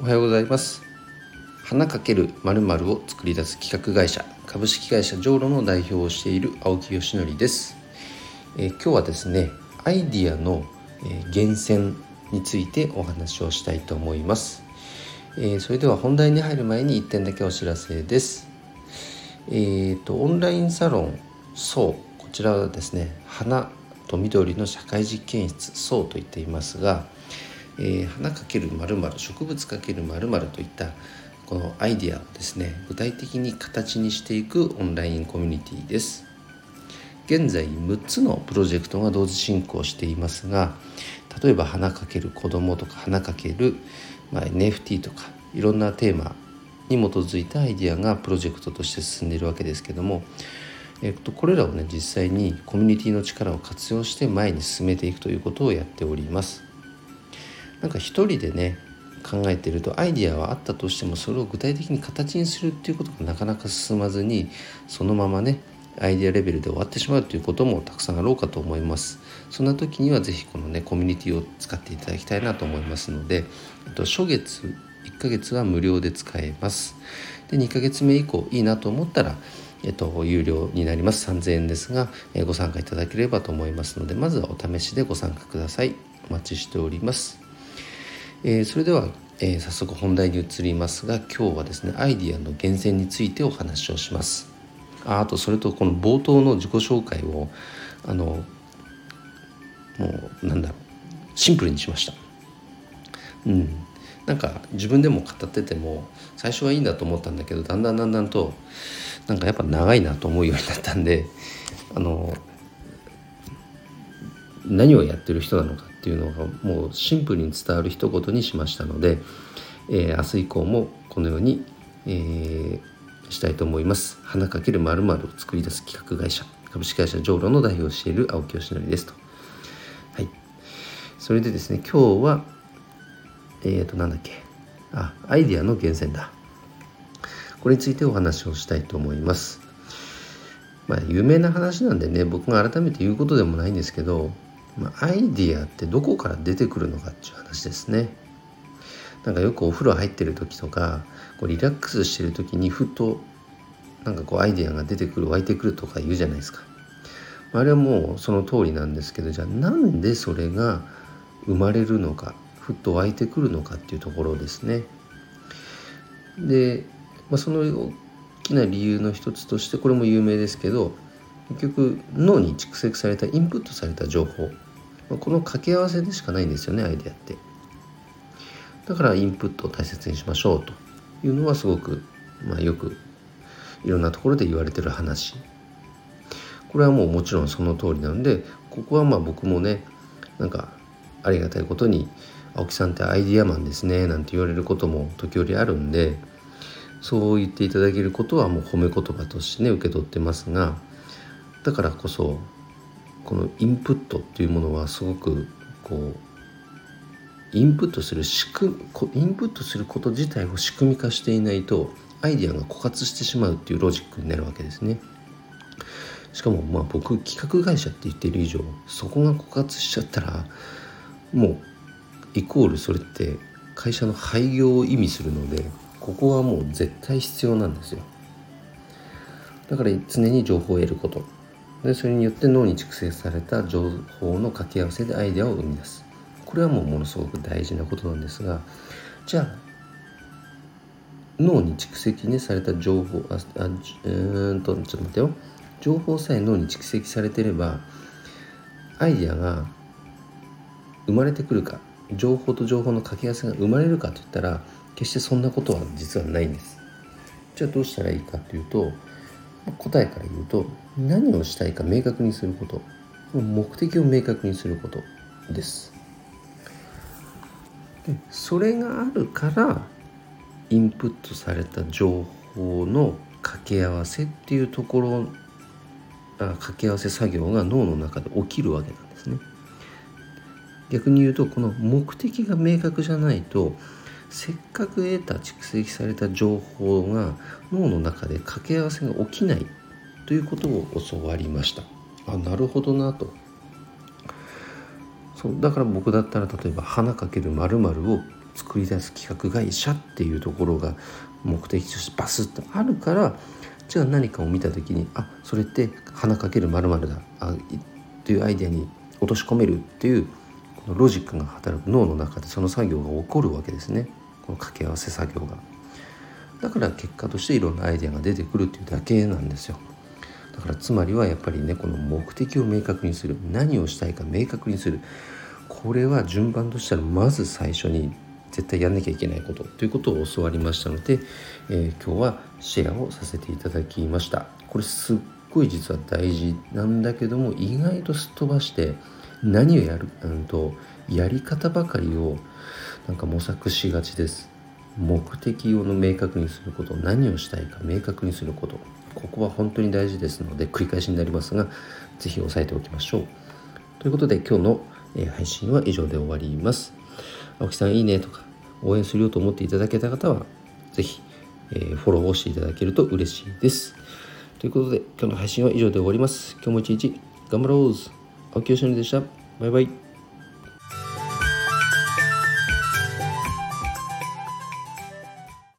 おはようございます。花×〇〇を作り出す企画会社株式会社ジョーロの代表をしている青木義則です。今日はですねアイディアの、源泉についてお話をしたいと思います。それでは本題に入る前に1点だけお知らせです。オンラインサロンこちらはですね花と緑の社会実験室と言っていますが、花×〇〇植物×〇〇といったこのアイディアをですね具体的に形にしていくオンラインコミュニティです。現在6つのプロジェクトが同時進行していますが、例えば花×子供とか花×、NFT とかいろんなテーマに基づいたアイディアがプロジェクトとして進んでいるわけですけども、これらをね実際にコミュニティの力を活用して前に進めていくということをやっております。なんか一人でね考えているとアイディアはあったとしてもそれを具体的に形にするっていうことがなかなか進まずにそのままねアイディアレベルで終わってしまうということもたくさんあろうかと思います。そんな時にはぜひこのねコミュニティを使っていただきたいなと思いますので、初月1ヶ月は無料で使えます。で2ヶ月目以降いいなと思ったら有料になります。3000円ですが、ご参加いただければと思いますので、まずはお試しでご参加ください。お待ちしております。それでは、早速本題に移りますが、今日はですねアイディアの源泉についてお話をします。あとそれとこの冒頭の自己紹介をもうシンプルにしました。なんか自分でも語ってても最初はいいんだと思ったんだけどだんだんとなんかやっぱ長いなと思うようになったんで、何をやってる人なのかっていうのがもうシンプルに伝わる一言にしましたので、明日以降もこのように、したいと思います。花×〇〇を作り出す企画会社株式会社ジョーロの代表をしている青木義則ですと。はい。それでですね今日はアイディアの源泉だ。これについてお話をしたいと思います。有名な話なんでね僕が改めて言うことでもないんですけど、アイディアってどこから出てくるのかっていう話ですね。なんかよくお風呂入ってる時とかリラックスしてる時にふとアイディアが出てくる湧いてくるとか言うじゃないですか。あれはもうその通りなんですけど、じゃあなんでそれが生まれるのかふっと湧いてくるのかっていうところですね。で、その大きな理由の一つとしてこれも有名ですけど、結局脳に蓄積されたインプットされた情報、この掛け合わせでしかないんですよねアイデアって。だからインプットを大切にしましょうというのはすごく、よくいろんなところで言われてる話。これはもちろんその通りなんで、ここは僕もねありがたいことに青木さんってアイディアマンですねなんて言われることも時折あるんで、そう言っていただけることはもう褒め言葉としてね受け取ってますが、だからこそこのインプットっていうものはすごくインプットすること自体を仕組み化していないとアイディアが枯渇してしまうっていうロジックになるわけですね。しかも僕企画会社って言っている以上そこが枯渇しちゃったらもうイコールそれって会社の廃業を意味するので、ここはもう絶対必要なんですよ。だから常に情報を得ることで、それによって脳に蓄積された情報の掛け合わせでアイデアを生み出す。これはものすごく大事なことなんですが、じゃあ脳に蓄積された情報情報さえ脳に蓄積されていればアイデアが生まれてくるか、情報と情報の掛け合わせが生まれるかといったら決してそんなことは実はないんです。じゃあどうしたらいいかというと、答えから言うと何をしたいか明確にすること、目的を明確にすることです。でそれがあるからインプットされた情報の掛け合わせっていうところ、掛け合わせ作業が脳の中で起きるわけなんですね。逆に言うとこの目的が明確じゃないとせっかく得た蓄積された情報が脳の中で掛け合わせが起きないということを教わりました。なるほどなと。だから僕だったら例えば花×〇〇を作り出す企画会社っていうところが目的としてバスッとあるから、じゃあ何かを見た時にそれって花かける〇〇だっていうアイデアに落とし込めるっていうこのロジックが働く脳の中でその作業が起こるわけですね。この掛け合わせ作業が。だから結果としていろんなアイデアが出てくるっていうだけなんですよ。だからつまりはやっぱりね、この目的を明確にする、何をしたいか明確にする、これは順番としたらまず最初に絶対やんなきゃいけないことということを教わりましたので、今日はシェアをさせていただきました。これすっごい実は大事なんだけども、意外とすっ飛ばして何をやるやり方ばかりを模索しがちです。目的を明確にすること、何をしたいか明確にすること、ここは本当に大事ですので、繰り返しになりますがぜひ押さえておきましょう。ということで今日の配信は以上で終わります。青木さんいいねとか応援するよと思っていただけた方はぜひフォローをしていただけると嬉しいです。ということで今日の配信は以上で終わります。今日も一日頑張ろう。青木よしのりでした。バイバイ。